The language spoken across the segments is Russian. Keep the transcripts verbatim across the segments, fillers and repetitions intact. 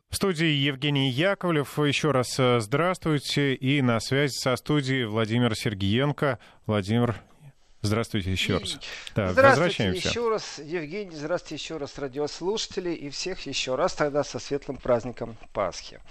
В студии Евгений Яковлев. Еще раз здравствуйте. И на связи со студией Владимир Сергиенко. Владимир, здравствуйте еще раз. Да, здравствуйте еще раз, Евгений. Здравствуйте еще раз, радиослушатели. И всех еще раз тогда со светлым праздником Пасхи.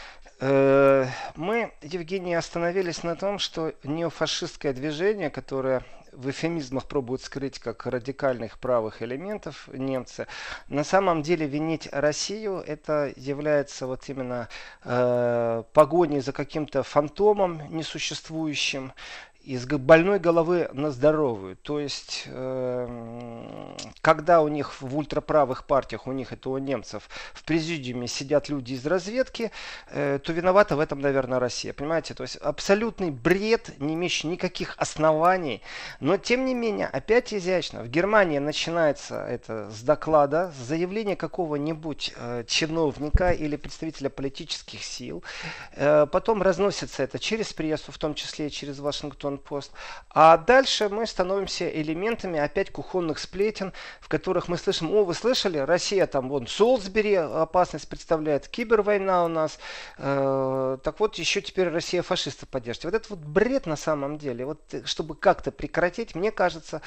Мы, Евгений, остановились на том, что неофашистское движение, которое в эвфемизмах пробуют скрыть как радикальных правых элементов немцы, на самом деле винить Россию, это является вот именно э, погоней за каким-то фантомом несуществующим, из больной головы на здоровую. То есть, э, когда у них в ультраправых партиях, у них это у немцев, в президиуме сидят люди из разведки, э, то виновата в этом, наверное, Россия. Понимаете? То есть, абсолютный бред, не имеющий никаких оснований. Но, тем не менее, опять изящно. В Германии начинается это с доклада, с заявления какого-нибудь э, чиновника или представителя политических сил. Э, потом разносится это через прессу, в том числе и через Вашингтон пост. А дальше мы становимся элементами опять кухонных сплетен, в которых мы слышим: о, вы слышали, Россия там вон Солсбери опасность представляет, кибервойна у нас, э, так вот еще теперь Россия фашистов поддержит. Вот это вот бред на самом деле. Вот чтобы как-то прекратить, мне кажется,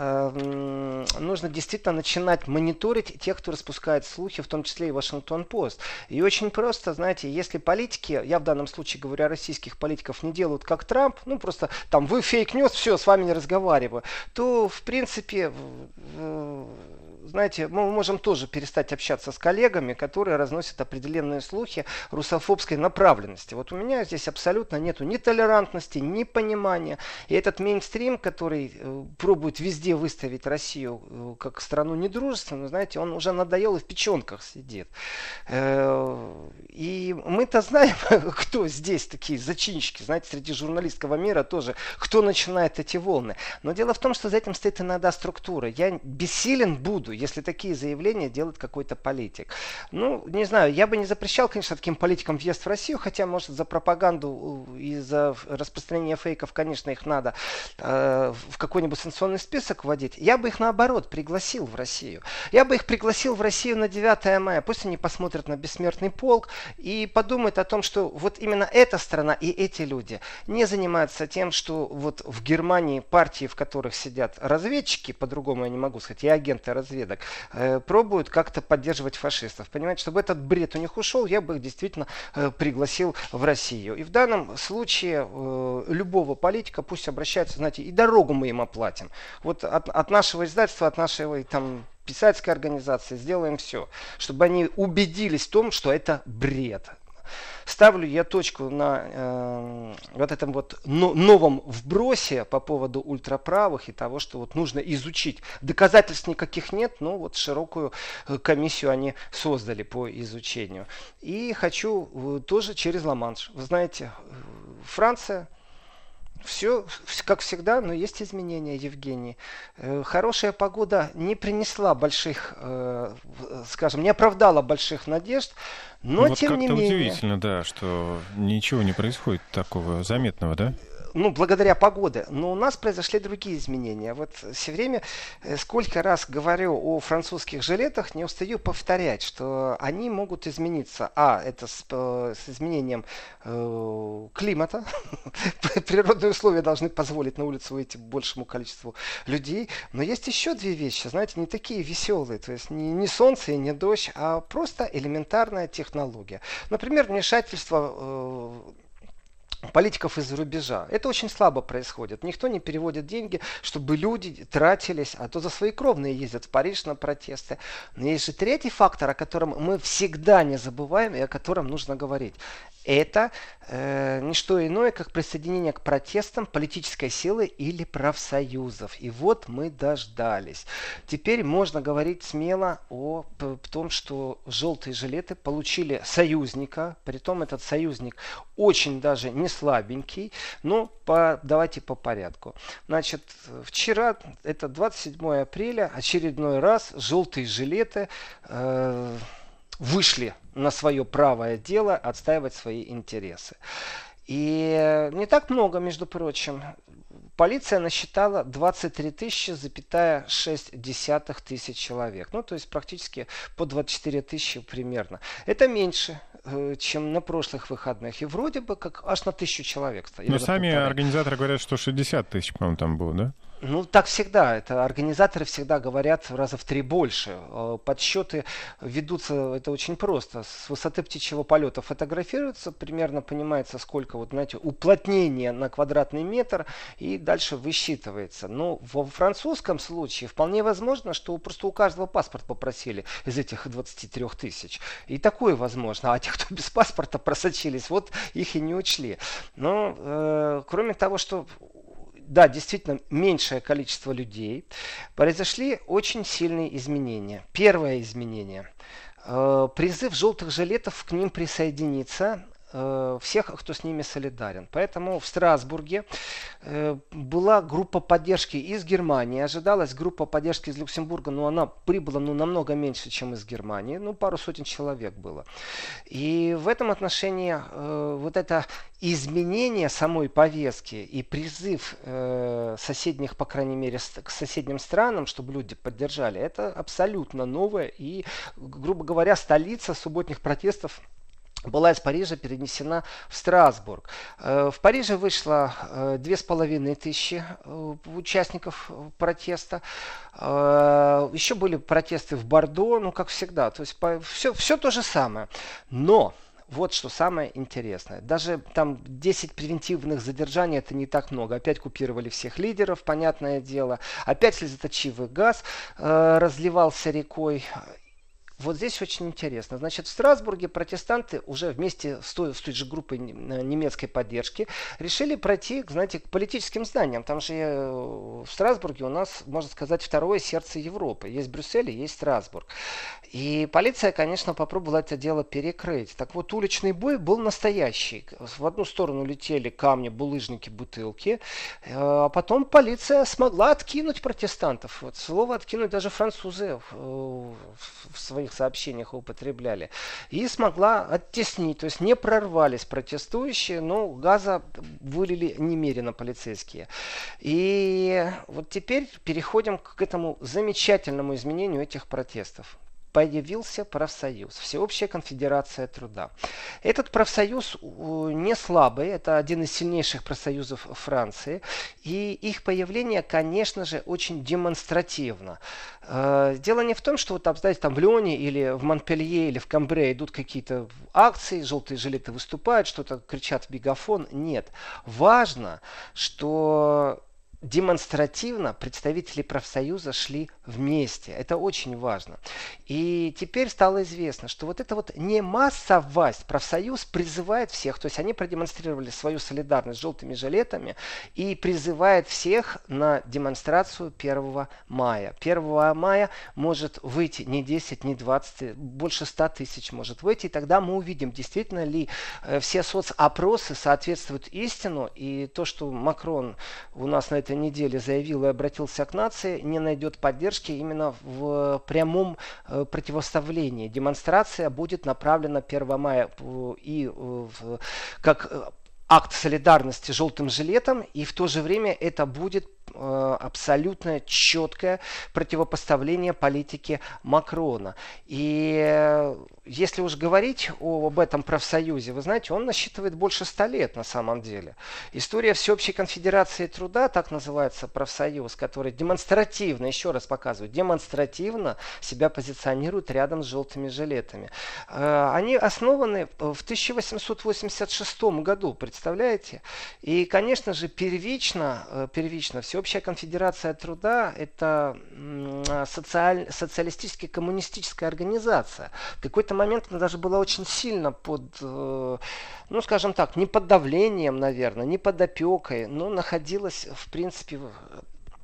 э, нужно действительно начинать мониторить тех, кто распускает слухи, в том числе и Вашингтон пост. И очень просто, знаете, если политики, я в данном случае говорю о российских политиков, не делают как Трамп, ну просто там вы фейк-ньюс, все, с вами не разговариваю, то, в принципе, знаете, мы можем тоже перестать общаться с коллегами, которые разносят определенные слухи русофобской направленности. Вот у меня здесь абсолютно нету ни толерантности, ни понимания. И этот мейнстрим, который э, пробует везде выставить Россию э, как страну недружественную, знаете, он уже надоел и в печенках сидит. Э, и мы-то знаем, кто здесь такие зачинщики, знаете, среди журналистского мира тоже, кто начинает эти волны. Но дело в том, что за этим стоит иногда структура. Я бессилен буду, если такие заявления делает какой-то политик. Ну, не знаю, я бы не запрещал, конечно, таким политикам въезд в Россию, хотя, может, за пропаганду и за распространение фейков, конечно, их надо э, в какой-нибудь санкционный список вводить. Я бы их, наоборот, пригласил в Россию. Я бы их пригласил в Россию на девятое мая. Пусть они посмотрят на «Бессмертный полк» и подумают о том, что вот именно эта страна и эти люди не занимаются тем, что вот в Германии партии, в которых сидят разведчики, по-другому я не могу сказать, и агенты разведок, э, пробуют как-то поддерживать фашистов. Понимаете, чтобы этот бред у них ушел, я бы их действительно э, пригласил в Россию. И в данном случае э, любого политика пусть обращается, знаете, и дорогу мы им оплатим. Вот от, от нашего издательства, от нашего там писательской организации сделаем все, чтобы они убедились в том, что это бред. Ставлю я точку на э, вот этом вот но, новом вбросе по поводу ультраправых и того, что вот нужно изучить. Доказательств никаких нет, но вот широкую комиссию они создали по изучению. И хочу э, тоже через Ла-Манш. Вы знаете, Франция... Все, как всегда, но есть изменения, Евгений. Э, хорошая погода не принесла больших, э, скажем, не оправдала больших надежд, но вот тем не менее... удивительно, да, что ничего не происходит такого заметного, да? Ну, благодаря погоде. Но у нас произошли другие изменения. Вот все время, сколько раз говорю о французских жилетах, не устаю повторять, что они могут измениться. А, это с, с изменением э, климата. Природные условия должны позволить на улицу выйти большему количеству людей. Но есть еще две вещи, знаете, не такие веселые. То есть не, не солнце и не дождь, а просто элементарная технология. Например, вмешательство... Э, политиков из-за рубежа. Это очень слабо происходит. Никто не переводит деньги, чтобы люди тратились, а то за свои кровные ездят в Париж на протесты. Но есть же третий фактор, о котором мы всегда не забываем и о котором нужно говорить. Это э, не что иное, как присоединение к протестам политической силы или профсоюзов. И вот мы дождались. Теперь можно говорить смело о, о том, что желтые жилеты получили союзника. Притом этот союзник очень даже не слабенький. Но по, давайте по порядку. Значит, вчера, это двадцать седьмое апреля, очередной раз желтые жилеты... Э, вышли на свое правое дело отстаивать свои интересы. И не так много, между прочим. полиция насчитала двадцать три тысячи, шесть десятых тысяч человек. Ну, то есть практически по двадцать четыре тысячи примерно. Это меньше, чем на прошлых выходных. И вроде бы как аж на тыщу человек. Но сами полтора. Организаторы говорят, что шестьдесят тысяч, по-моему, там было, да? Ну, так всегда. Это организаторы всегда говорят раза в три больше. Подсчеты ведутся, это очень просто. С высоты птичьего полета фотографируется, примерно понимается, сколько, вот, знаете, уплотнение на квадратный метр, и дальше высчитывается. Но во французском случае вполне возможно, что просто у каждого паспорт попросили из этих двадцати трёх тысяч. И такое возможно. А те, кто без паспорта просочились, вот их и не учли. Но, э, кроме того, что да, действительно, меньшее количество людей, произошли очень сильные изменения. Первое изменение. Э, призыв желтых жилетов к ним присоединиться. Всех, кто с ними солидарен. Поэтому в Страсбурге э, была группа поддержки из Германии. Ожидалась группа поддержки из Люксембурга, но она прибыла ну, намного меньше, чем из Германии. Ну, пару сотен человек было. И в этом отношении э, вот это изменение самой повестки и призыв э, соседних, по крайней мере, к соседним странам, чтобы люди поддержали, это абсолютно новое. И, грубо говоря, столица субботних протестов была из Парижа перенесена в Страсбург. В Париже вышло две с половиной тысячи участников протеста. Еще были протесты в Бордо, ну как всегда. То есть все, все то же самое. Но вот что самое интересное. Даже там десять превентивных задержаний, это не так много. Опять купировали всех лидеров, понятное дело. Опять слезоточивый газ э, разливался рекой. Вот здесь очень интересно. Значит, в Страсбурге протестанты уже вместе с той, с той же группой немецкой поддержки решили пройти, знаете, к политическим зданиям. Там же в Страсбурге у нас, можно сказать, второе сердце Европы. Есть Брюссель и есть Страсбург. И полиция, конечно, попробовала это дело перекрыть. Так вот, уличный бой был настоящий. В одну сторону летели камни, булыжники, бутылки. А потом полиция смогла откинуть протестантов. Вот слово «откинуть» даже французы в своих сообщениях употребляли. И смогла оттеснить. То есть не прорвались протестующие, но газа вылили немерено полицейские. И вот теперь переходим к этому замечательному изменению этих протестов. Появился профсоюз, Всеобщая конфедерация труда. Этот профсоюз не слабый, это один из сильнейших профсоюзов Франции, и их появление, конечно же, очень демонстративно. Дело не в том, что вот, знаете, там в Лионе или в Монпелье или в Камбре идут какие-то акции, желтые жилеты выступают, что-то кричат в мегафон. Нет. Важно, что демонстративно представители профсоюза шли вместе. Это очень важно. И теперь стало известно, что вот эта вот не массовость, профсоюз призывает всех, то есть они продемонстрировали свою солидарность с желтыми жилетами и призывает всех на демонстрацию первого мая. первого мая может выйти не десять, не двадцать, больше ста тысяч может выйти, и тогда мы увидим, действительно ли все соцопросы соответствуют истину, и то, что Макрон у нас на этой неделе заявил и обратился к нации, не найдет поддержки именно в прямом э, противоставлении. Демонстрация будет направлена первого мая и э, как акт солидарности желтым жилетом, и в то же время это будет э, абсолютно четкое противопоставление политике Макрона. И э, если уж говорить о, об этом профсоюзе, вы знаете, он насчитывает больше ста лет на самом деле. История Всеобщей конфедерации труда, так называется профсоюз, который демонстративно, еще раз показываю, демонстративно себя позиционирует рядом с желтыми жилетами. Э, они основаны в тысяча восемьсот восемьдесят шестом году, представляете? И, конечно же, первично, первично Всеобщая конфедерация труда — это социаль, социалистическая коммунистическая организация. В какой-то момент она даже была очень сильно под, ну, скажем так, не под давлением, наверное, не под опекой, но находилась, в принципе,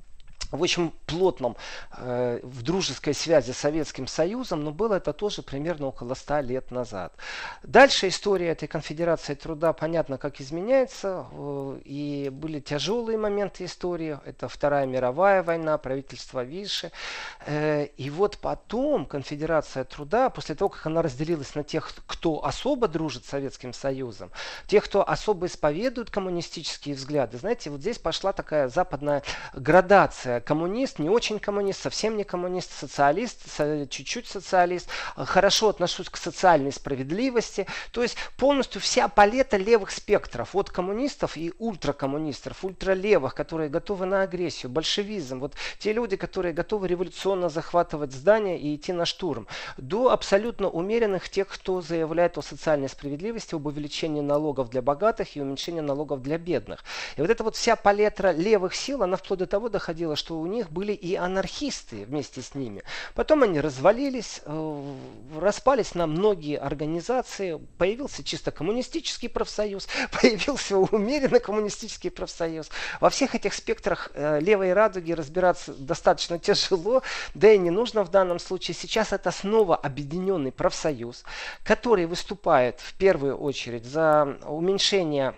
в очень плотном, э, в дружеской связи с Советским Союзом, но было это тоже примерно около ста лет назад. Дальше история этой конфедерации труда, понятно, как изменяется, э, и были тяжелые моменты истории, это Вторая мировая война, правительство Виши, э, и вот потом конфедерация труда, после того, как она разделилась на тех, кто особо дружит с Советским Союзом, тех, кто особо исповедует коммунистические взгляды, знаете, вот здесь пошла такая западная градация. Коммунист, не очень коммунист, совсем не коммунист, социалист, чуть-чуть социалист, хорошо отношусь к социальной справедливости. То есть полностью вся палета левых спектров, от коммунистов и ультракоммунистов, ультралевых, которые готовы на агрессию, большевизм, вот те люди, которые готовы революционно захватывать здания и идти на штурм, до абсолютно умеренных тех, кто заявляет о социальной справедливости, об увеличении налогов для богатых и уменьшении налогов для бедных. И вот эта вот вся палетра левых сил, она вплоть до того доходила, что у них были и анархисты вместе с ними. Потом они развалились, э, распались на многие организации, появился чисто коммунистический профсоюз, появился умеренно коммунистический профсоюз. Во всех этих спектрах э, левой радуги разбираться достаточно тяжело, да и не нужно в данном случае. Сейчас это снова объединенный профсоюз, который выступает в первую очередь за уменьшение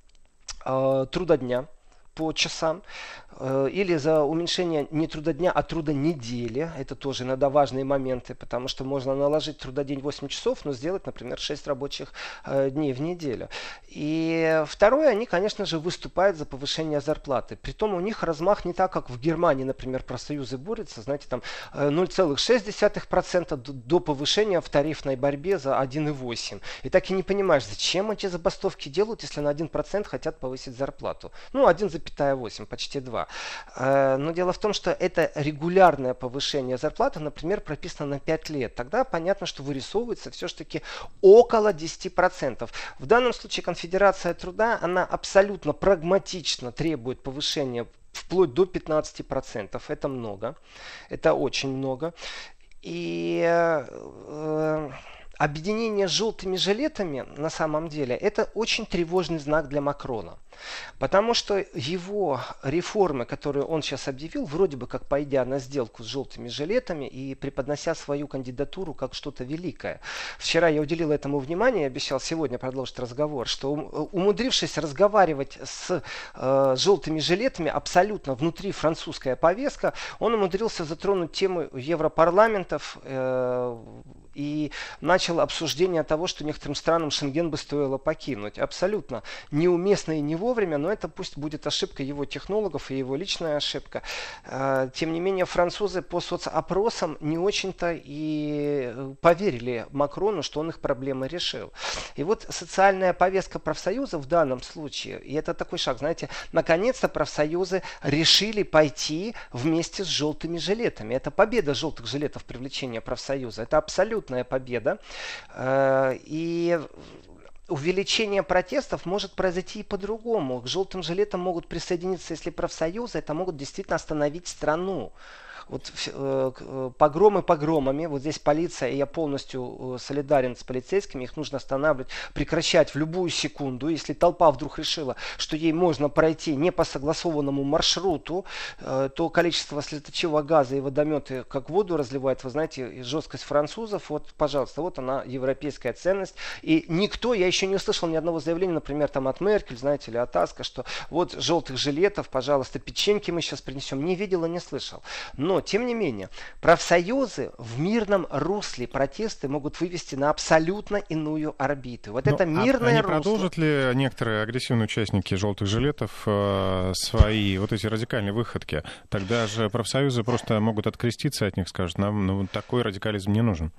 э, трудодня по часам, или за уменьшение не трудодня, а трудонедели. Это тоже иногда важные моменты, потому что можно наложить трудодень восемь часов, но сделать, например, шесть рабочих э, дней в неделю. И второе, они, конечно же, выступают за повышение зарплаты. Притом у них размах не так, как в Германии, например, профсоюзы борются, знаете, там ноль целых шесть десятых процента до, до повышения в тарифной борьбе за один целых восемь десятых. И так и не понимаешь, зачем эти забастовки делают, если на один процент хотят повысить зарплату. Ну, один целых восемь десятых, почти два. Но дело в том, что это регулярное повышение зарплаты, например, прописано на пять лет. Тогда понятно, что вырисовывается все-таки около десяти процентов. В данном случае Конфедерация труда, она абсолютно прагматично требует повышения вплоть до пятнадцати процентов. Это много. Это очень много. И э, объединение с желтыми жилетами на самом деле это очень тревожный знак для Макрона. Потому что его реформы, которые он сейчас объявил, вроде бы как пойдя на сделку с желтыми жилетами и преподнося свою кандидатуру как что-то великое. Вчера я уделил этому внимание и обещал сегодня продолжить разговор, что умудрившись разговаривать с э, желтыми жилетами абсолютно внутри французская повестка, он умудрился затронуть тему европарламентов э, и начал обсуждение того, что некоторым странам Шенген бы стоило покинуть. Абсолютно неуместно и не вовремя, но это пусть будет ошибка его технологов и его личная ошибка. Тем не менее, французы по соцопросам не очень-то и поверили Макрону, что он их проблемы решил. И вот социальная повестка профсоюза в данном случае, и это такой шаг, знаете, наконец-то профсоюзы решили пойти вместе с желтыми жилетами. Это победа желтых жилетов привлечения профсоюза. Это абсолютная победа. И увеличение протестов может произойти и по-другому. К желтым жилетам могут присоединиться, если профсоюзы, это могут действительно остановить страну. Вот э, погромы погромами, вот здесь полиция, и я полностью э, солидарен с полицейскими, их нужно останавливать, прекращать в любую секунду. Если толпа вдруг решила, что ей можно пройти не по согласованному маршруту, э, то количество слезоточивого газа и водометы как воду разливает, вы знаете, жесткость французов, вот, пожалуйста, вот она, европейская ценность. И никто, я еще не услышал ни одного заявления, например, там от Меркель, знаете, или от Аска, что вот желтых жилетов, пожалуйста, печеньки мы сейчас принесем. Не видел и не слышал. Но, тем не менее, профсоюзы в мирном русле протесты могут вывести на абсолютно иную орбиту. Вот ну, это мирное а, русло. Не продолжат ли некоторые агрессивные участники желтых жилетов э, свои вот эти радикальные выходки? Тогда же профсоюзы просто могут откреститься от них, скажут, нам ну, такой радикализм не нужен.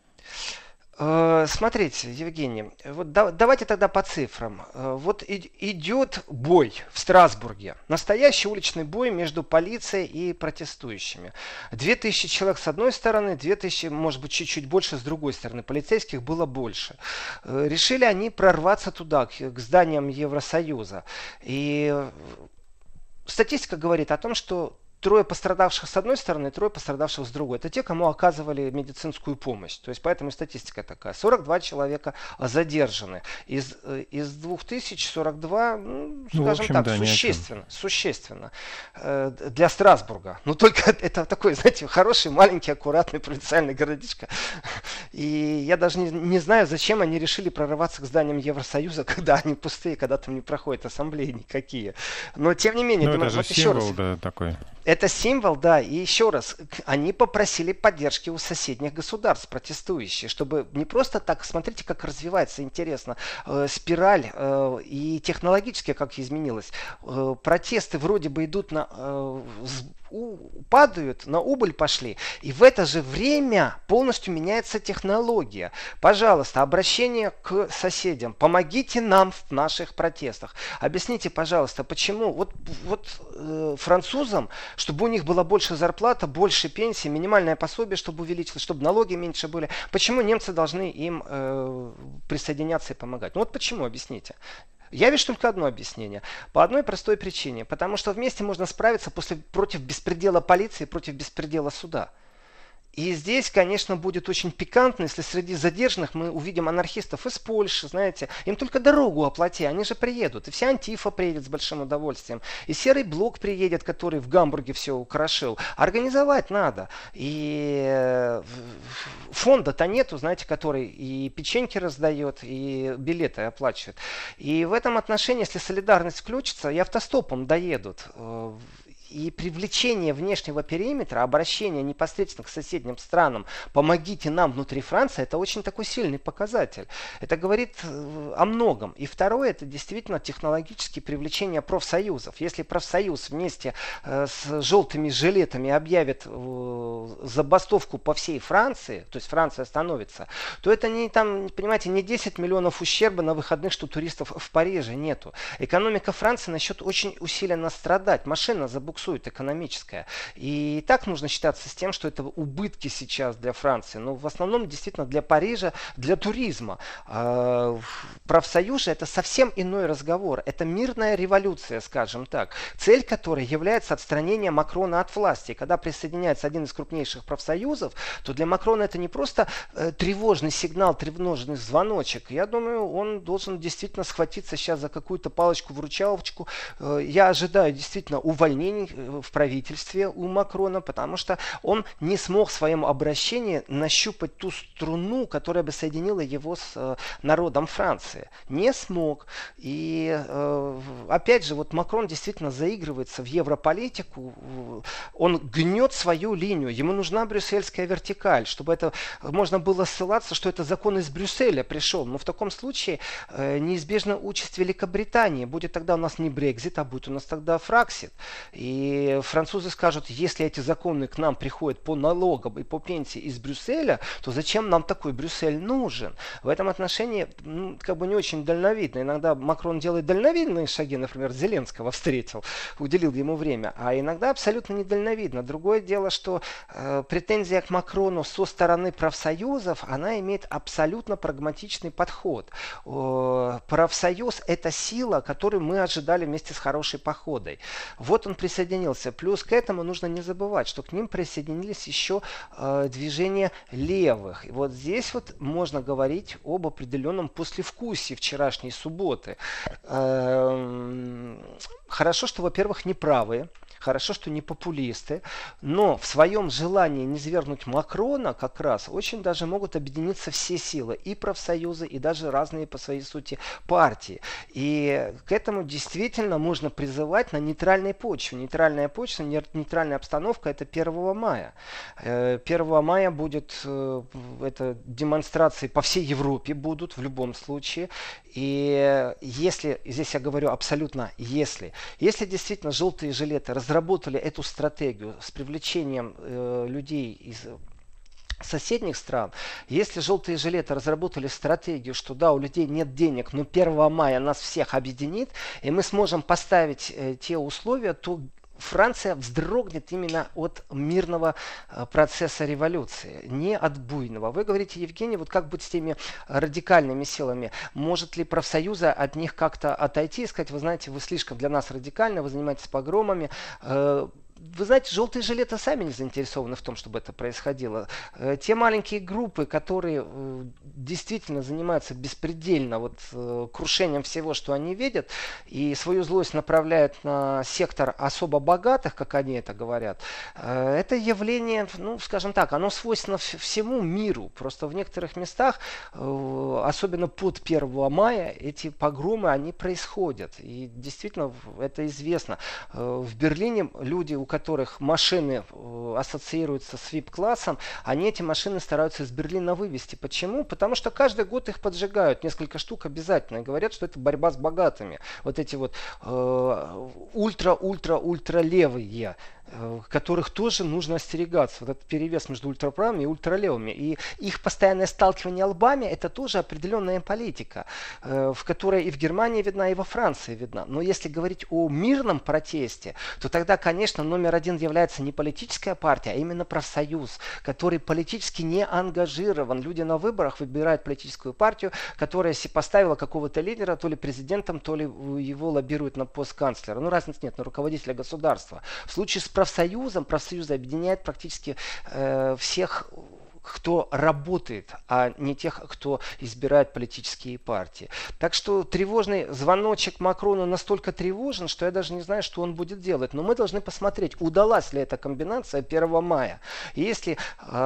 Смотрите, Евгений, вот да, давайте тогда по цифрам. Вот и, идет бой в Страсбурге. Настоящий уличный бой между полицией и протестующими. Две тысячи человек с одной стороны, две тысячи, может быть, чуть-чуть больше с другой стороны. Полицейских было больше. Решили они прорваться туда, к, к зданиям Евросоюза. И статистика говорит о том, что трое пострадавших с одной стороны, трое пострадавших с другой. Это те, кому оказывали медицинскую помощь. То есть поэтому статистика такая. сорок два человека задержаны. Из, из двух тысяч сорок два, ну, скажем ну, общем, так, да, существенно. Существенно. Для Страсбурга. Но только это такой, знаете, хороший, маленький, аккуратный провинциальный городишко. И я даже не, не знаю, зачем они решили прорываться к зданиям Евросоюза, когда они пустые, когда там не проходят ассамблеи никакие. Но тем не менее, ну, думаю, это же вот символ, еще раз. Да, такой. Это символ, да, и еще раз, они попросили поддержки у соседних государств, протестующие, чтобы не просто так, смотрите, как развивается, интересно, э, спираль э, и технологически как изменилась. Э, протесты вроде бы идут на... Э, падают, на убыль пошли. И в это же время полностью меняется технология. Пожалуйста, обращение к соседям. Помогите нам в наших протестах. Объясните, пожалуйста, почему вот, вот э, французам, чтобы у них была больше зарплата, больше пенсии, минимальное пособие, чтобы увеличилось, чтобы налоги меньше были. Почему немцы должны им э, присоединяться и помогать? Ну вот почему, объясните. Я вижу только одно объяснение. По одной простой причине. Потому что вместе можно справиться после, против беспредела полиции, против беспредела суда. И здесь, конечно, будет очень пикантно, если среди задержанных мы увидим анархистов из Польши, знаете, им только дорогу оплати, они же приедут. И вся Антифа приедет с большим удовольствием. И Серый Блок приедет, который в Гамбурге все украшил. Организовать надо. И фонда-то нету, знаете, который и печеньки раздает, и билеты оплачивает. И в этом отношении, если солидарность включится, и автостопом доедут. И привлечение внешнего периметра, обращение непосредственно к соседним странам, помогите нам внутри Франции, это очень такой сильный показатель. Это говорит о многом. И второе, это действительно технологические привлечения профсоюзов. Если профсоюз вместе с желтыми жилетами объявит забастовку по всей Франции, то есть Франция остановится, то это не, там, понимаете, не десять миллионов ущерба на выходных, что туристов в Париже нету. Экономика Франции начнет очень усиленно страдать. Машина забуксует. Экономическая. И так нужно считаться с тем, что это убытки сейчас для Франции. Но в основном действительно для Парижа, для туризма. А профсоюзы это совсем иной разговор. Это мирная революция, скажем так. Цель которой является отстранение Макрона от власти. И когда присоединяется один из крупнейших профсоюзов, то для Макрона это не просто э, тревожный сигнал, тревожный звоночек. Я думаю, он должен действительно схватиться сейчас за какую-то палочку-выручалочку. Э, я ожидаю действительно увольнений в правительстве у Макрона, потому что он не смог в своем обращении нащупать ту струну, которая бы соединила его с э, народом Франции. Не смог. И э, опять же, вот Макрон действительно заигрывается в европолитику. Он гнет свою линию. Ему нужна брюссельская вертикаль, чтобы это можно было ссылаться, что это закон из Брюсселя пришел. Но в таком случае э, неизбежна участь Великобритании. Будет тогда у нас не Брексит, а будет у нас тогда Фраксит. И И французы скажут, если эти законы к нам приходят по налогам и по пенсии из Брюсселя, то зачем нам такой Брюссель нужен? В этом отношении ну, как бы не очень дальновидно. Иногда Макрон делает дальновидные шаги, например, Зеленского встретил, уделил ему время, а иногда абсолютно недальновидно. Другое дело, что э, претензия к Макрону со стороны профсоюзов, она имеет абсолютно прагматичный подход. Э, профсоюз это сила, которую мы ожидали вместе с хорошей походой. Вот он присоединился. Плюс к этому нужно не забывать, что к ним присоединились еще э, движения левых. И вот здесь вот можно говорить об определенном послевкусии вчерашней субботы. Э, хорошо, что, во-первых, не правые. Хорошо, что не популисты, но в своем желании не свергнуть Макрона как раз очень даже могут объединиться все силы, и профсоюзы, и даже разные по своей сути партии. И к этому действительно можно призывать на нейтральной почве. Нейтральная почва, нейтральная обстановка это первого мая. первого мая будет это демонстрации по всей Европе будут в любом случае. И если, здесь я говорю абсолютно если, если действительно желтые жилеты разработали эту стратегию с привлечением э, людей из соседних стран, если желтые жилеты разработали стратегию, что да, у людей нет денег, но первого мая нас всех объединит, и мы сможем поставить э, те условия, то Франция вздрогнет именно от мирного процесса революции, не от буйного. Вы говорите, Евгений, вот как быть с теми радикальными силами? Может ли профсоюзы от них как-то отойти и сказать, вы знаете, вы слишком для нас радикальны, вы занимаетесь погромами, вы знаете, желтые жилеты сами не заинтересованы в том, чтобы это происходило. Те маленькие группы, которые действительно занимаются беспредельно вот, крушением всего, что они видят, и свою злость направляют на сектор особо богатых, как они это говорят, это явление, ну, скажем так, оно свойственно всему миру. Просто в некоторых местах, особенно под первого мая, эти погромы, они происходят. И действительно, это известно. В Берлине люди, у которых машины ассоциируются с ви ай пи-классом, они эти машины стараются из Берлина вывести. Почему? Потому что каждый год их поджигают, несколько штук обязательно. И говорят, что это борьба с богатыми. Вот эти вот ультра-ультра-ультра левые, которых тоже нужно остерегаться. Вот этот перевес между ультраправыми и ультралевыми. И их постоянное сталкивание лбами — это тоже определенная политика, в которой и в Германии видна, и во Франции видна. Но если говорить о мирном протесте, то тогда, конечно, номер один является не политическая партия, а именно профсоюз, который политически не ангажирован. Люди на выборах выбирают политическую партию, которая поставила какого-то лидера, то ли президентом, то ли его лоббирует на пост канцлера. Ну, разницы нет, на руководителя государства. В случае с профсоюзом, профсоюзы объединяет практически э, всех, кто работает, а не тех, кто избирает политические партии. Так что тревожный звоночек Макрону настолько тревожен, что я даже не знаю, что он будет делать. Но мы должны посмотреть, удалась ли эта комбинация первого мая. И если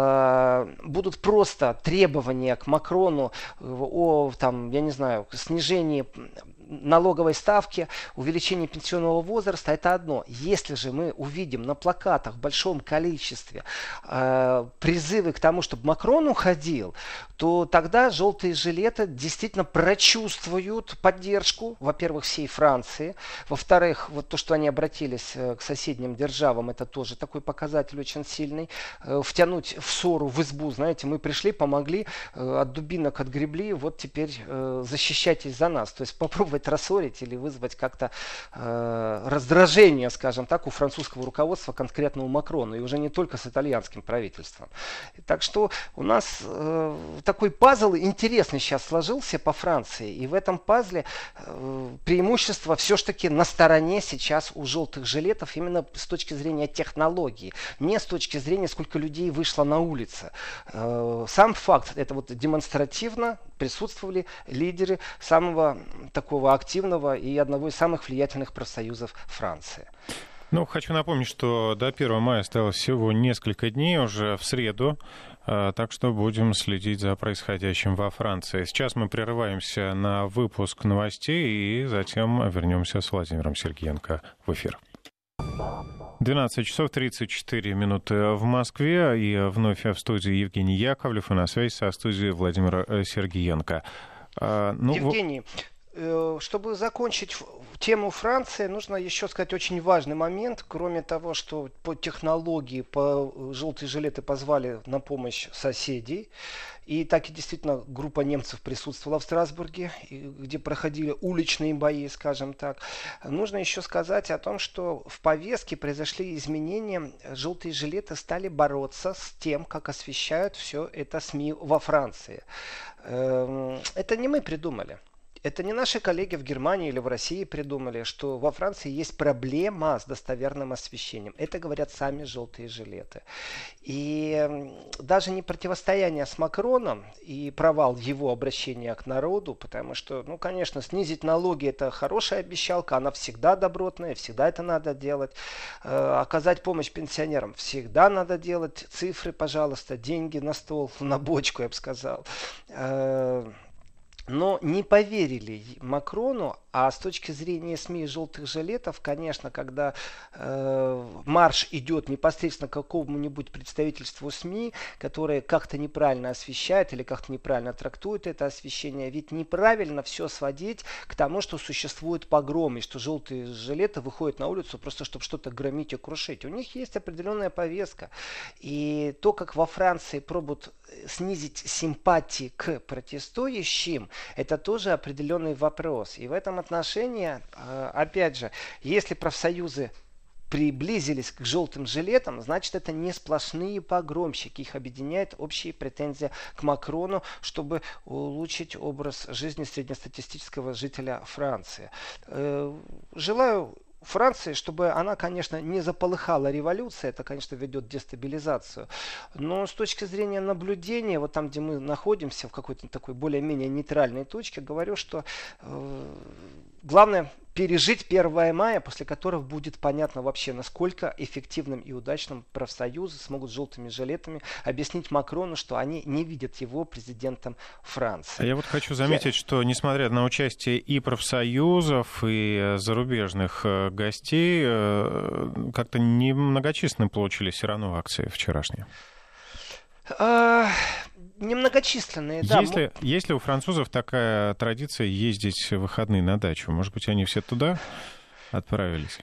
э, будут просто требования к Макрону о, там, я не знаю, снижении налоговой ставки, увеличение пенсионного возраста, это одно. Если же мы увидим на плакатах в большом количестве э, призывы к тому, чтобы Макрон уходил, то тогда желтые жилеты действительно прочувствуют поддержку, во-первых, всей Франции, во-вторых, вот то, что они обратились э, к соседним державам, это тоже такой показатель очень сильный, э, втянуть в ссору, в избу, знаете, мы пришли, помогли, э, от дубинок отгребли, вот теперь э, защищайтесь за нас, то есть попробовать рассорить или вызвать как-то э, раздражение, скажем так, у французского руководства, конкретно у Макрона, и уже не только с итальянским правительством. Так что у нас э, такой пазл интересный сейчас сложился по Франции, и в этом пазле э, преимущество все-таки на стороне сейчас у желтых жилетов именно с точки зрения технологии, не с точки зрения, сколько людей вышло на улицы. Э, сам факт, это вот демонстративно присутствовали лидеры самого такого активного и одного из самых влиятельных профсоюзов Франции. Ну, хочу напомнить, что до первого мая осталось всего несколько дней, уже в среду, так что будем следить за происходящим во Франции. Сейчас мы прерываемся на выпуск новостей и затем вернемся с Владимиром Сергеенко в эфир. двенадцать часов тридцать четыре минуты в Москве, и вновь в студии Евгений Яковлев, и на связи со студией Владимира Сергеенко. Ну, Евгений, чтобы закончить тему Франции, нужно еще сказать очень важный момент. Кроме того, что по технологии по желтые жилеты позвали на помощь соседей. И так и действительно группа немцев присутствовала в Страсбурге, где проходили уличные бои, скажем так. Нужно еще сказать о том, что в повестке произошли изменения. Желтые жилеты стали бороться с тем, как освещают все это СМИ во Франции. Это не мы придумали. Это не наши коллеги в Германии или в России придумали, что во Франции есть проблема с достоверным освещением. Это говорят сами желтые жилеты. И даже не противостояние с Макроном и провал его обращения к народу, потому что, ну, конечно, снизить налоги — это хорошая обещалка, она всегда добротная, всегда это надо делать. Э, оказать помощь пенсионерам всегда надо делать. Цифры, пожалуйста, деньги на стол, на бочку, я бы сказал. Э, Но не поверили Макрону, а с точки зрения СМИ и желтых жилетов, конечно, когда э, марш идет непосредственно к какому-нибудь представительству СМИ, которое как-то неправильно освещает или как-то неправильно трактует это освещение, ведь неправильно все сводить к тому, что существует погром, и что желтые жилеты выходят на улицу просто, чтобы что-то громить и крушить. У них есть определенная повестка. И то, как во Франции пробуют снизить симпатии к протестующим, это тоже определенный вопрос. И в этом отношении, опять же, если профсоюзы приблизились к желтым жилетам, значит, это не сплошные погромщики. Их объединяет общие претензии к Макрону, чтобы улучшить образ жизни среднестатистического жителя Франции. Желаю Франции, чтобы она, конечно, не заполыхала революция, это, конечно, ведет к дестабилизацию. Но с точки зрения наблюдения, вот там, где мы находимся, в какой-то такой более-менее нейтральной точке, говорю, что э, главное пережить первое мая, после которого будет понятно вообще, насколько эффективным и удачным профсоюзы смогут желтыми жилетами объяснить Макрону, что они не видят его президентом Франции. А я вот хочу заметить, я... что несмотря на участие и профсоюзов, и зарубежных гостей, как-то немногочисленны получились все равно акции вчерашние. А... Немногочисленные, да. Есть ли, есть ли у французов такая традиция ездить в выходные на дачу? Может быть, они все туда отправились?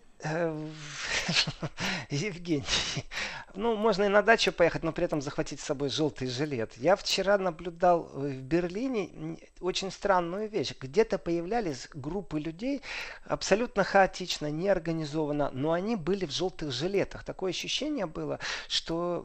Евгений, ну, можно и на дачу поехать, но при этом захватить с собой желтый жилет. Я вчера наблюдал в Берлине очень странную вещь. Где-то появлялись группы людей абсолютно хаотично, неорганизованно, но они были в желтых жилетах. Такое ощущение было, что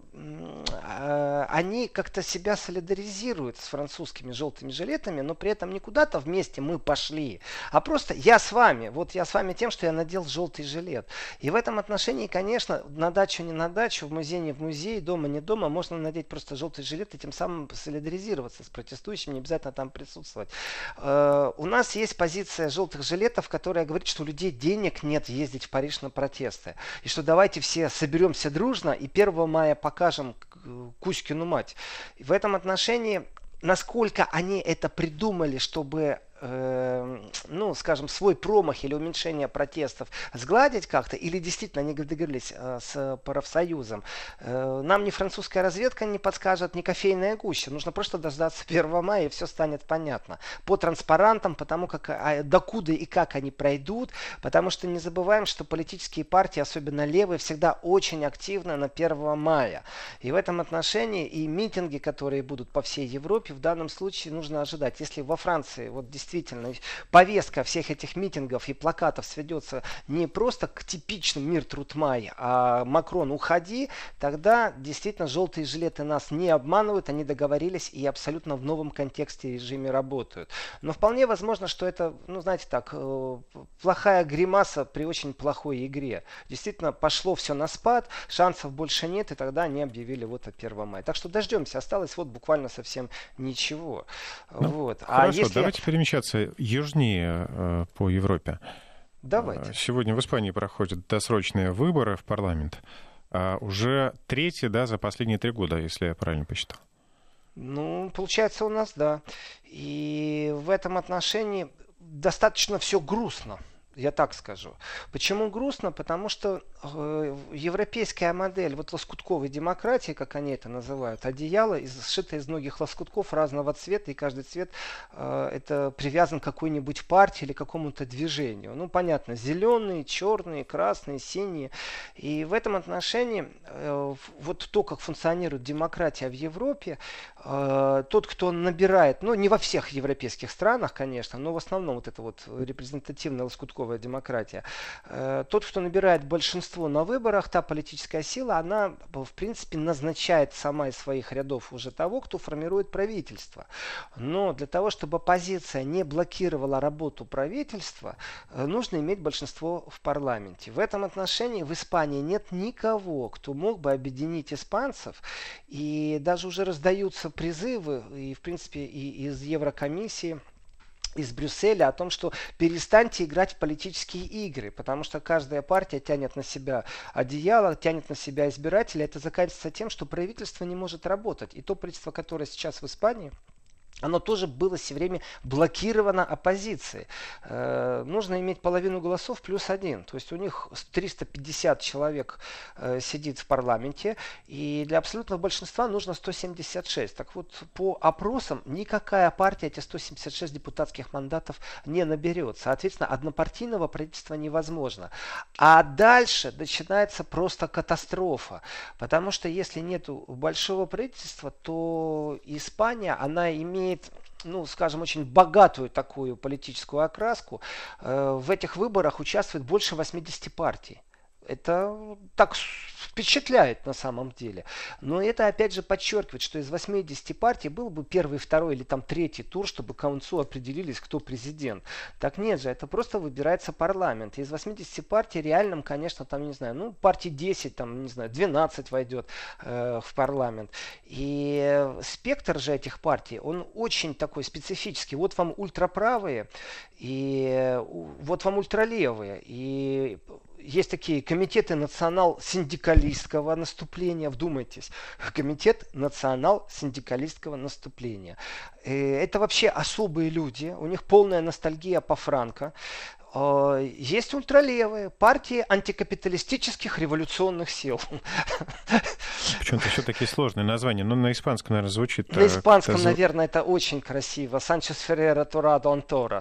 э, они как-то себя солидаризируют с французскими желтыми жилетами, но при этом не куда-то вместе мы пошли, а просто я с вами. Вот я с вами тем, что я надел желтый жилет. Лет. И в этом отношении, конечно, на дачу не на дачу, в музей не в музей, дома не дома, можно надеть просто желтый жилет и тем самым солидаризироваться с протестующими, не обязательно там присутствовать. Э, у нас есть позиция желтых жилетов, которая говорит, что у людей денег нет ездить в Париж на протесты. И что давайте все соберемся дружно и первого мая покажем Кузькину мать. И в этом отношении, насколько они это придумали, чтобы ну, скажем, свой промах или уменьшение протестов сгладить как-то, или действительно они договорились э, с профсоюзом, э, нам ни французская разведка не подскажет, ни кофейная гуща. Нужно просто дождаться первого мая, и все станет понятно. По транспарантам, потому как, а, докуда и как они пройдут, потому что не забываем, что политические партии, особенно левые, всегда очень активны на первого мая. И в этом отношении и митинги, которые будут по всей Европе, в данном случае нужно ожидать. Если во Франции вот действительно повестка всех этих митингов и плакатов сведется не просто к типичному «Мир, труд, май», а «Макрон, уходи», тогда действительно желтые жилеты нас не обманывают, они договорились и абсолютно в новом контексте и режиме работают. Но вполне возможно, что это, ну знаете так, плохая гримаса при очень плохой игре. Действительно пошло все на спад, шансов больше нет, и тогда они объявили вот от первого мая. Так что дождемся, осталось вот буквально совсем ничего. Ну, вот. Хорошо, а если... давайте перемещаться южнее э, по Европе. Давайте. Сегодня в Испании проходят досрочные выборы в парламент. А уже третий, да, за последние три года, если я правильно посчитал. Ну, получается у нас, да. И в этом отношении достаточно все грустно. Я так скажу. Почему грустно? Потому что э, европейская модель вот лоскутковой демократии, как они это называют, одеяло, из, сшито из многих лоскутков разного цвета, и каждый цвет э, это привязан к какой-нибудь партии или какому-то движению. Ну, понятно, зеленые, черные, красные, синие. И в этом отношении э, вот то, как функционирует демократия в Европе, э, тот, кто набирает, ну, не во всех европейских странах, конечно, но в основном вот это вот репрезентативная лоскутковая демократия. Тот, кто набирает большинство на выборах, та политическая сила, она, в принципе, назначает сама из своих рядов уже того, кто формирует правительство. Но для того, чтобы оппозиция не блокировала работу правительства, нужно иметь большинство в парламенте. В этом отношении в Испании нет никого, кто мог бы объединить испанцев. И даже уже раздаются призывы, и, в принципе, и из Еврокомиссии, из Брюсселя о том, что перестаньте играть в политические игры, потому что каждая партия тянет на себя одеяло, тянет на себя избирателей. Это заканчивается тем, что правительство не может работать. И то правительство, которое сейчас в Испании, оно тоже было все время блокировано оппозицией. Э, нужно иметь половину голосов плюс один. То есть у них триста пятьдесят человек э, сидит в парламенте, и для абсолютного большинства нужно сто семьдесят шесть. Так вот, по опросам никакая партия эти сто семьдесят шесть депутатских мандатов не наберет. Соответственно, однопартийного правительства невозможно. А дальше начинается просто катастрофа. Потому что если нет большого правительства, то Испания, она имеет ну, скажем, очень богатую такую политическую окраску. В этих выборах участвует больше восьмидесяти партий. Это так впечатляет на самом деле. Но это опять же подчеркивает, что из восьмидесяти партий был бы первый, второй или там третий тур, чтобы к концу определились, кто президент. Так нет же, это просто выбирается парламент. Из восьмидесяти партий реальным, конечно, там, не знаю, ну, партий десять, там, не знаю, двенадцать войдет э, в парламент. И спектр же этих партий, он очень такой специфический. Вот вам ультраправые, и вот вам ультралевые. И есть такие комитеты национал-синдикалистского наступления, вдумайтесь, комитет национал-синдикалистского наступления. Это вообще особые люди, у них полная ностальгия по Франко. Есть ультралевые, партии антикапиталистических революционных сил. Почему-то еще такие сложные названия. Ну, на испанском, наверное, звучит. На испанском, наверное, это очень красиво. Санчес Феррера Торадо Антора.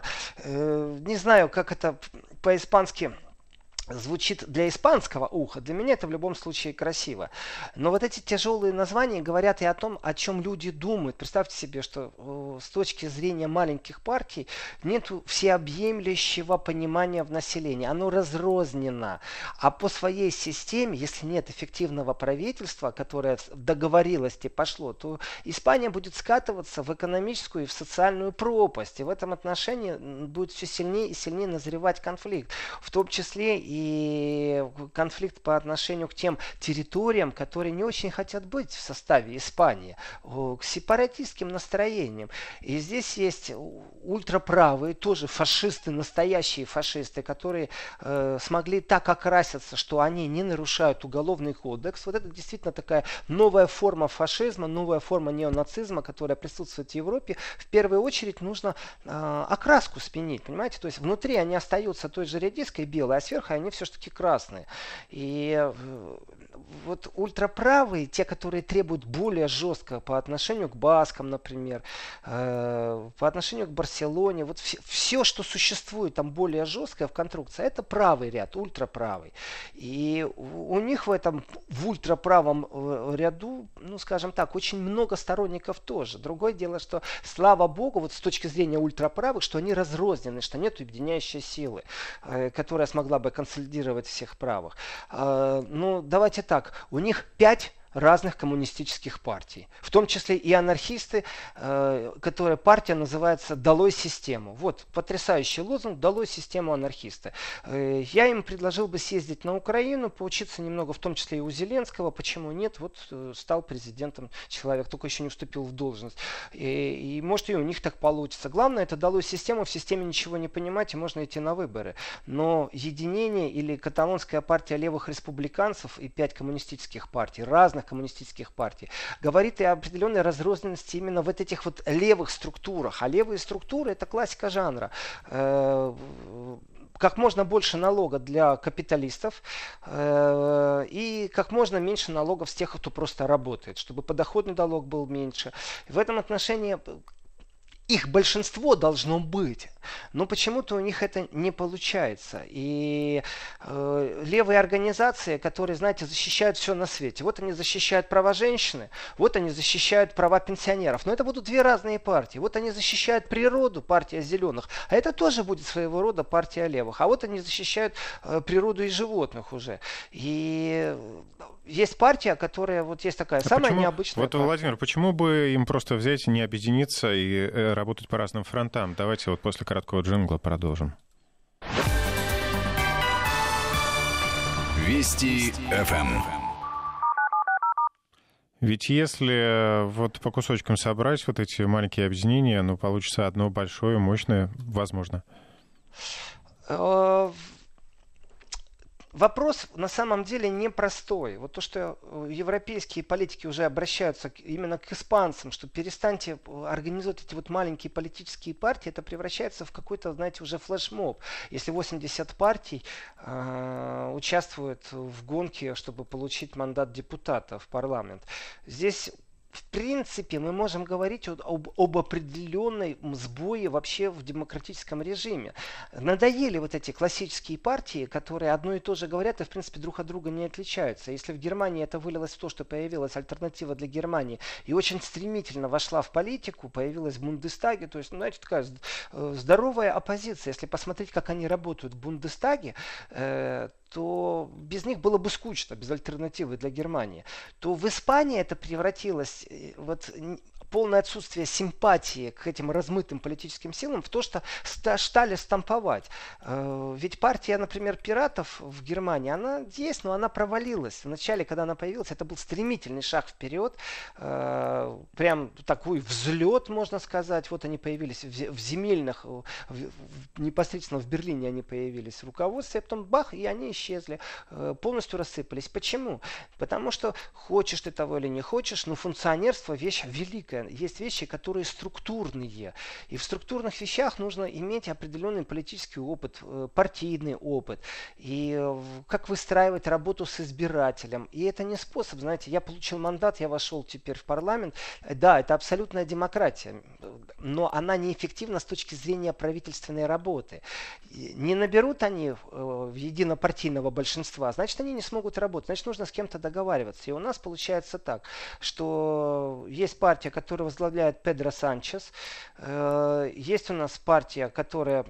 Не знаю, как это по-испански звучит для испанского уха. Для меня это в любом случае красиво. Но вот эти тяжелые названия говорят и о том, о чем люди думают. Представьте себе, что э, с точки зрения маленьких партий нет всеобъемлющего понимания в населении. Оно разрознено. А по своей системе, если нет эффективного правительства, которое в договорилости пошло, то Испания будет скатываться в экономическую и в социальную пропасть. И в этом отношении будет все сильнее и сильнее назревать конфликт. В том числе и и конфликт по отношению к тем территориям, которые не очень хотят быть в составе Испании, к сепаратистским настроениям. И здесь есть ультраправые, тоже фашисты, настоящие фашисты, которые э, смогли так окраситься, что они не нарушают уголовный кодекс. Вот это действительно такая новая форма фашизма, новая форма неонацизма, которая присутствует в Европе. В первую очередь нужно э, окраску сменить, понимаете? То есть внутри они остаются той же редиской белой, а сверху они все-таки красные. И вот ультраправые, те, которые требуют более жестко по отношению к баскам, например, э, по отношению к Барселоне, вот все, все, что существует там более жесткое в конструкции, это правый ряд, ультраправый. И у, у них в этом, в ультраправом ряду, ну, скажем так, очень много сторонников тоже. Другое дело, что, слава богу, вот с точки зрения ультраправых, что они разрознены, что нет объединяющей силы, э, которая смогла бы консолидировать всех правых. Э, ну, давайте так, у них пять разных коммунистических партий, в том числе и анархисты, э, которая партия называется «Долой систему». Вот потрясающий лозунг «Долой систему анархисты». Э, я им предложил бы съездить на Украину, поучиться немного, в том числе и у Зеленского. Почему нет? Вот э, стал президентом человек, только еще не вступил в должность. И, и может и у них так получится. Главное, это «Долой систему», в системе ничего не понимать, и можно идти на выборы. Но единение или каталонская партия левых республиканцев и пять коммунистических партий, разных коммунистических партий, говорит и о определенной разрозненности именно в этих вот левых структурах. А левые структуры — это классика жанра. Как можно больше налога для капиталистов э, и как можно меньше налогов с тех, кто просто работает, чтобы подоходный налог был меньше. В этом отношении их большинство должно быть, но почему-то у них это не получается. И э, левые организации, которые, знаете, защищают все на свете. Вот они защищают права женщины, вот они защищают права пенсионеров. Но это будут две разные партии. Вот они защищают природу, партия зеленых, а это тоже будет своего рода партия левых. А вот они защищают э, природу и животных уже. И есть партия, которая вот есть такая а самая почему, необычная вот, партия. Владимир, почему бы им просто взять и не объединиться и э, работать по разным фронтам? Давайте вот после короткого джингла продолжим. Вести эф эм. Ведь если вот по кусочкам собрать вот эти маленькие объединения, ну, получится одно большое, мощное, возможно. Вопрос на самом деле непростой. Вот то, что европейские политики уже обращаются именно к испанцам, что перестаньте организовывать эти вот маленькие политические партии, это превращается в какой-то, знаете, уже флешмоб. Если восемьдесят партий э, участвуют в гонке, чтобы получить мандат депутата в парламент. Здесь в принципе, мы можем говорить об, об определенной сбое вообще в демократическом режиме. Надоели вот эти классические партии, которые одно и то же говорят и, в принципе, друг от друга не отличаются. Если в Германии это вылилось в то, что появилась альтернатива для Германии и очень стремительно вошла в политику, появилась в Бундестаге, то есть, ну, знаете, такая здоровая оппозиция. Если посмотреть, как они работают в Бундестаге, э, то без них было бы скучно, без альтернативы для Германии. То в Испании это превратилось вот полное отсутствие симпатии к этим размытым политическим силам в то, что стали штамповать. Ведь партия, например, пиратов в Германии, она есть, но она провалилась. Вначале, когда она появилась, это был стремительный шаг вперед, прям такой взлет, можно сказать. Вот они появились в земельных, непосредственно в Берлине они появились в руководстве, а потом бах, и они исчезли, полностью рассыпались. Почему? Потому что хочешь ты того или не хочешь, но функционерство вещь великая. Есть вещи, которые структурные. И в структурных вещах нужно иметь определенный политический опыт, партийный опыт. И как выстраивать работу с избирателем. И это не способ, знаете, я получил мандат, я вошел теперь в парламент. Да, это абсолютная демократия. Но она неэффективна с точки зрения правительственной работы. Не наберут они единопартийного большинства, значит, они не смогут работать. Значит, нужно с кем-то договариваться. И у нас получается так, что есть партия, которая возглавляет Педро Санчес. Есть у нас партия, которая...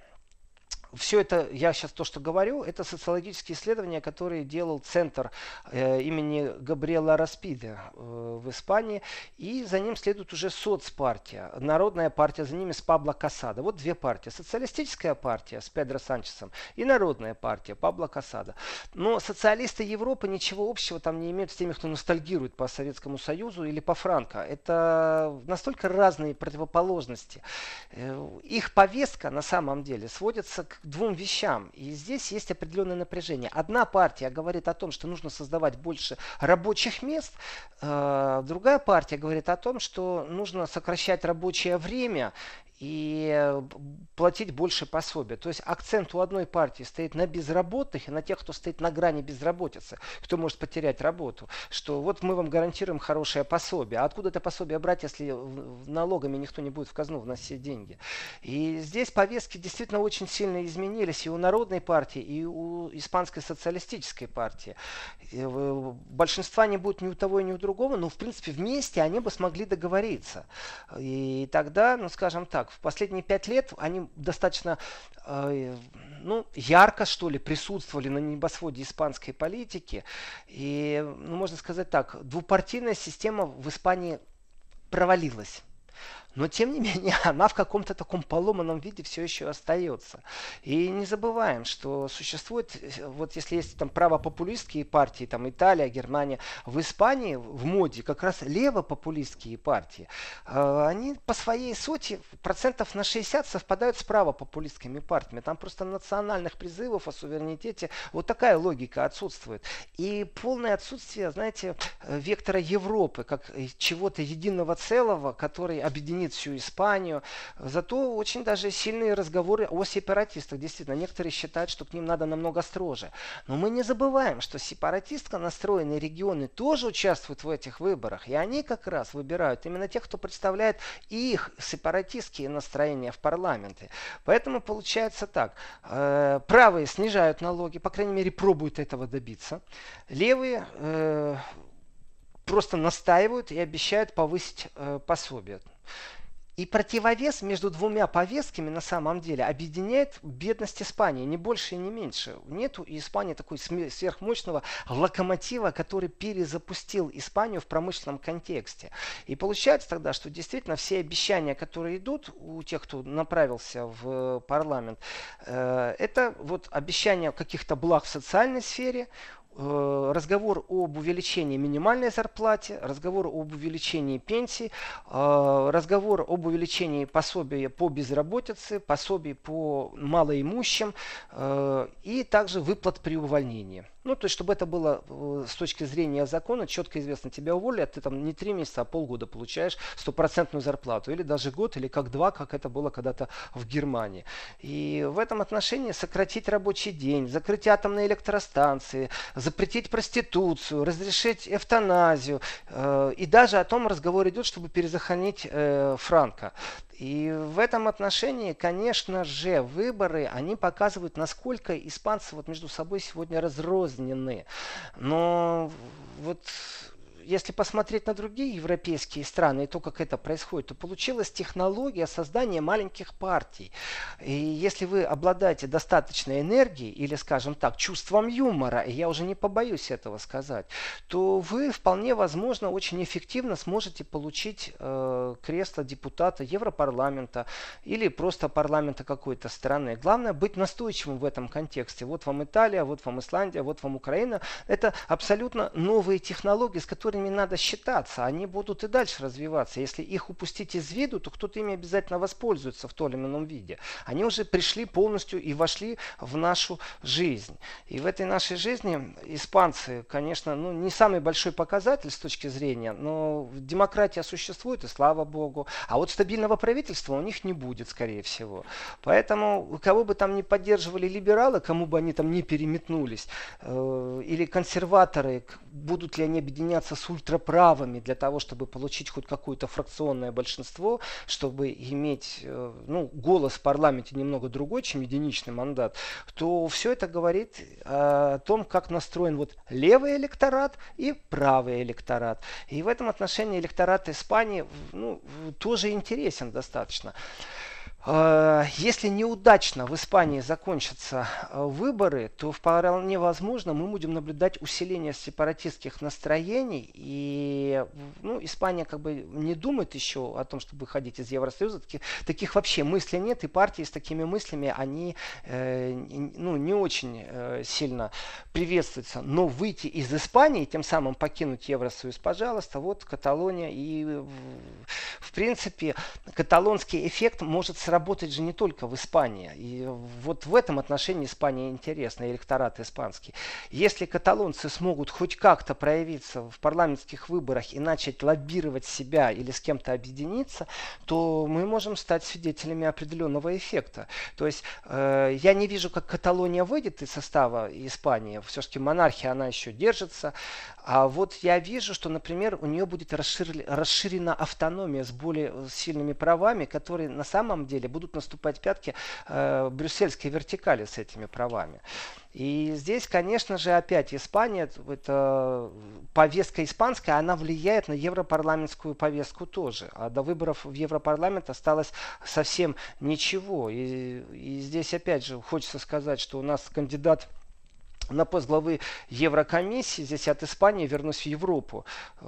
Все это, я сейчас то, что говорю, это социологические исследования, которые делал центр э, имени Габриэла Распиде э, в Испании. И за ним следует уже соцпартия, Народная партия, за ними с Пабло Касадо. Вот две партии. Социалистическая партия с Педро Санчесом и Народная партия Пабло Касадо. Но социалисты Европы ничего общего там не имеют с теми, кто ностальгирует по Советскому Союзу или по Франко. Это настолько разные противоположности. Э, их повестка на самом деле сводится к двум вещам. И здесь есть определенное напряжение. Одна партия говорит о том, что нужно создавать больше рабочих мест. Э, другая партия говорит о том, что нужно сокращать рабочее время и платить больше пособия. То есть акцент у одной партии стоит на безработных и на тех, кто стоит на грани безработицы, кто может потерять работу. Что вот мы вам гарантируем хорошее пособие. А откуда это пособие брать, если налогами никто не будет в казну вносить деньги? И здесь повестки действительно очень сильно изменились и у Народной партии, и у Испанской социалистической партии. Большинства не будет ни у того, ни у другого, но в принципе вместе они бы смогли договориться. И тогда, ну скажем так, в последние пять лет они достаточно э, ну, ярко, что ли, присутствовали на небосводе испанской политики. И, ну, можно сказать так, двупартийная система в Испании провалилась. Но, тем не менее, она в каком-то таком поломанном виде все еще остается. И не забываем, что существует, вот если есть там правопопулистские партии, там Италия, Германия, в Испании в моде как раз левопопулистские партии. Они по своей сути процентов на шестьдесят совпадают с правопопулистскими партиями. Там просто национальных призывов о суверенитете вот такая логика отсутствует. И полное отсутствие, знаете, вектора Европы, как чего-то единого целого, который объединит всю Испанию. Зато очень даже сильные разговоры о сепаратистах. Действительно, некоторые считают, что к ним надо намного строже. Но мы не забываем, что сепаратистко настроенные регионы тоже участвуют в этих выборах. И они как раз выбирают именно тех, кто представляет их сепаратистские настроения в парламенте. Поэтому получается так. Э, правые снижают налоги, по крайней мере, пробуют этого добиться. Левые э, просто настаивают и обещают повысить э, пособие. И противовес между двумя повестками на самом деле объединяет бедность Испании, не больше и не меньше. Нету у Испании такой сверхмощного локомотива, который перезапустил Испанию в промышленном контексте. И получается тогда, что действительно все обещания, которые идут у тех, кто направился в парламент, э, это вот обещания каких-то благ в социальной сфере, разговор об увеличении минимальной зарплаты, разговор об увеличении пенсий, разговор об увеличении пособия по безработице, пособий по малоимущим и также выплат при увольнении. Ну, то есть, чтобы это было с точки зрения закона четко известно, тебя уволили, а ты там не три месяца, а полгода получаешь стопроцентную зарплату. Или даже год, или как два, как это было когда-то в Германии. И в этом отношении сократить рабочий день, закрыть атомные электростанции, запретить проституцию, разрешить эвтаназию. Э, и даже о том разговор идет, чтобы перезахоронить э, Франко. И в этом отношении, конечно же, выборы, они показывают, насколько испанцы вот между собой сегодня разрознены. Но вот если посмотреть на другие европейские страны и то, как это происходит, то получилась технология создания маленьких партий. И если вы обладаете достаточной энергией или, скажем так, чувством юмора, и я уже не побоюсь этого сказать, то вы вполне возможно очень эффективно сможете получить э, кресло депутата Европарламента или просто парламента какой-то страны. Главное быть настойчивым в этом контексте. Вот вам Италия, вот вам Исландия, вот вам Украина. Это абсолютно новые технологии, с которыми надо считаться. Они будут и дальше развиваться. Если их упустить из виду, то кто-то ими обязательно воспользуется в том или ином виде. Они уже пришли полностью и вошли в нашу жизнь. И в этой нашей жизни испанцы, конечно, ну, не самый большой показатель с точки зрения, но демократия существует, и слава богу. А вот стабильного правительства у них не будет, скорее всего. Поэтому, кого бы там ни поддерживали либералы, кому бы они там не переметнулись, э, или консерваторы, будут ли они объединяться с ультраправыми для того, чтобы получить хоть какое-то фракционное большинство, чтобы иметь э, ну, голос в парламенте немного другой, чем единичный мандат, то все это говорит о том, как настроен вот левый электорат и правый электорат. И в этом отношении электорат Испании ну, тоже интересен достаточно. Если неудачно в Испании закончатся выборы, то вполне возможно мы будем наблюдать усиление сепаратистских настроений. И ну, Испания как бы не думает еще о том, чтобы выходить из Евросоюза. Таких, таких вообще мыслей нет. И партии с такими мыслями, они э, ну, не очень э, сильно приветствуются. Но выйти из Испании, тем самым покинуть Евросоюз, пожалуйста, вот Каталония. И в принципе каталонский эффект может сработать. Работать же не только в Испании. И вот в этом отношении Испания интересна, электорат испанский. Если каталонцы смогут хоть как-то проявиться в парламентских выборах и начать лоббировать себя или с кем-то объединиться, то мы можем стать свидетелями определенного эффекта. То есть э, я не вижу, как Каталония выйдет из состава Испании. Все-таки монархия, она еще держится. А вот я вижу, что, например, у нее будет расшир... расширена автономия с более сильными правами, которые на самом деле будут наступать в пятки э, брюссельской вертикали с этими правами. И здесь, конечно же, опять Испания, это повестка испанская, она влияет на европарламентскую повестку тоже. А до выборов в Европарламент осталось совсем ничего. И, и здесь, опять же, хочется сказать, что у нас кандидат на пост главы Еврокомиссии, здесь от Испании вернусь в Европу,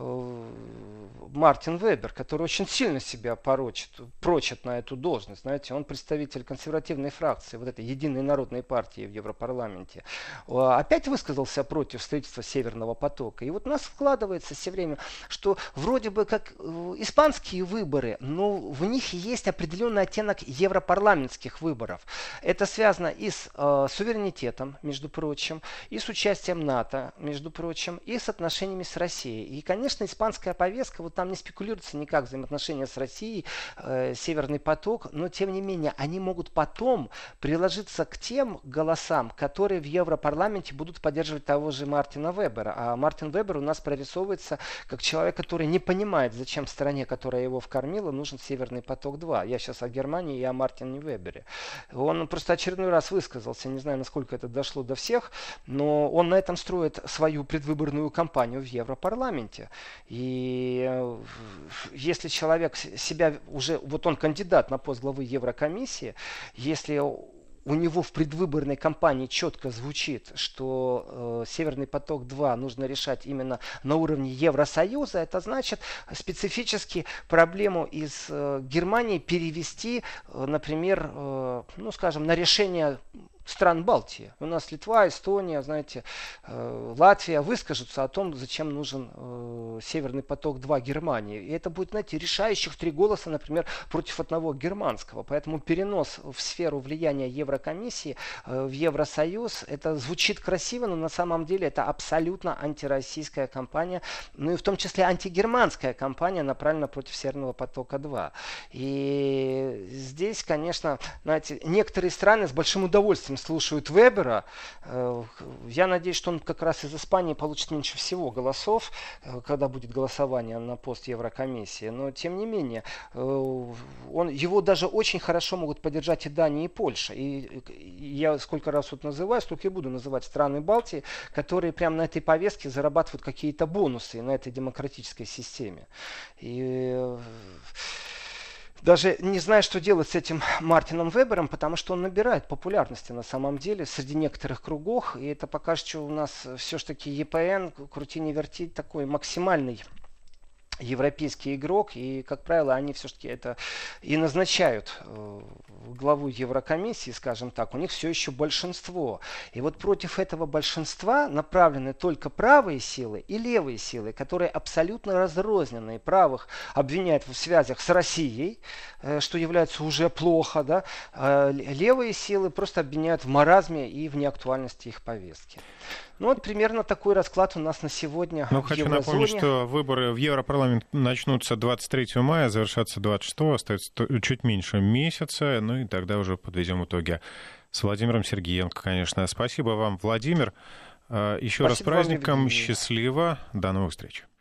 Мартин Вебер, который очень сильно себя порочит, прочит на эту должность. Знаете, он представитель консервативной фракции, вот этой Единой народной партии в Европарламенте. Опять высказался против строительства Северного потока. И вот у нас складывается все время, что вроде бы как испанские выборы, но в них есть определенный оттенок европарламентских выборов. Это связано и с э, суверенитетом, между прочим, и с участием НАТО, между прочим, и с отношениями с Россией. И, конечно, испанская повестка, вот там не спекулируется никак взаимоотношения с Россией, э, Северный поток, но, тем не менее, они могут потом приложиться к тем голосам, которые в Европарламенте будут поддерживать того же Мартина Вебера. А Мартин Вебер у нас прорисовывается как человек, который не понимает, зачем стране, которая его вкормила, нужен Северный поток-два. Я сейчас о Германии и о Мартине Вебере. Он просто очередной раз высказался, не знаю, насколько это дошло до всех, но он на этом строит свою предвыборную кампанию в Европарламенте. И если человек себя уже, вот он кандидат на пост главы Еврокомиссии, если у него в предвыборной кампании четко звучит, что э, Северный поток-два нужно решать именно на уровне Евросоюза, это значит специфически проблему из э, Германии перевести, э, например, э, ну скажем, на решение стран Балтии. У нас Литва, Эстония, знаете, э, Латвия выскажутся о том, зачем нужен э, Северный поток-два Германии. И это будет, знаете, решающих три голоса, например, против одного германского. Поэтому перенос в сферу влияния Еврокомиссии э, в Евросоюз, это звучит красиво, но на самом деле это абсолютно антироссийская кампания, ну и в том числе антигерманская кампания, направлена против Северного потока-два. И здесь, конечно, знаете, некоторые страны с большим удовольствием этим слушают Вебера. Я надеюсь, что он как раз из Испании получит меньше всего голосов, когда будет голосование на пост Еврокомиссии. Но, тем не менее, он, его даже очень хорошо могут поддержать и Дания, и Польша. И я сколько раз вот называю, столько и буду называть страны Балтии, которые прямо на этой повестке зарабатывают какие-то бонусы на этой демократической системе. И даже не знаю, что делать с этим Мартином Вебером, потому что он набирает популярности на самом деле среди некоторых кругов. И это пока что у нас все-таки ЕПН, крути не верти, такой максимальный европейский игрок, и, как правило, они все-таки это и назначают э, главу Еврокомиссии, скажем так, у них все еще большинство. И вот против этого большинства направлены только правые силы и левые силы, которые абсолютно разрозненные. Правых обвиняют в связях с Россией, э, что является уже плохо, да? А левые силы просто обвиняют в маразме и в неактуальности их повестки. Ну вот примерно такой расклад у нас на сегодня. Ну, в хочу Еврозоне. напомнить, что выборы в Европарламент начнутся двадцать третьего мая, завершатся двадцать шестого, остается чуть меньше месяца, ну и тогда уже подведем итоги. С Владимиром Сергеенко, конечно. Спасибо вам, Владимир. Еще Спасибо раз с праздником, вам, счастливо, до новых встреч.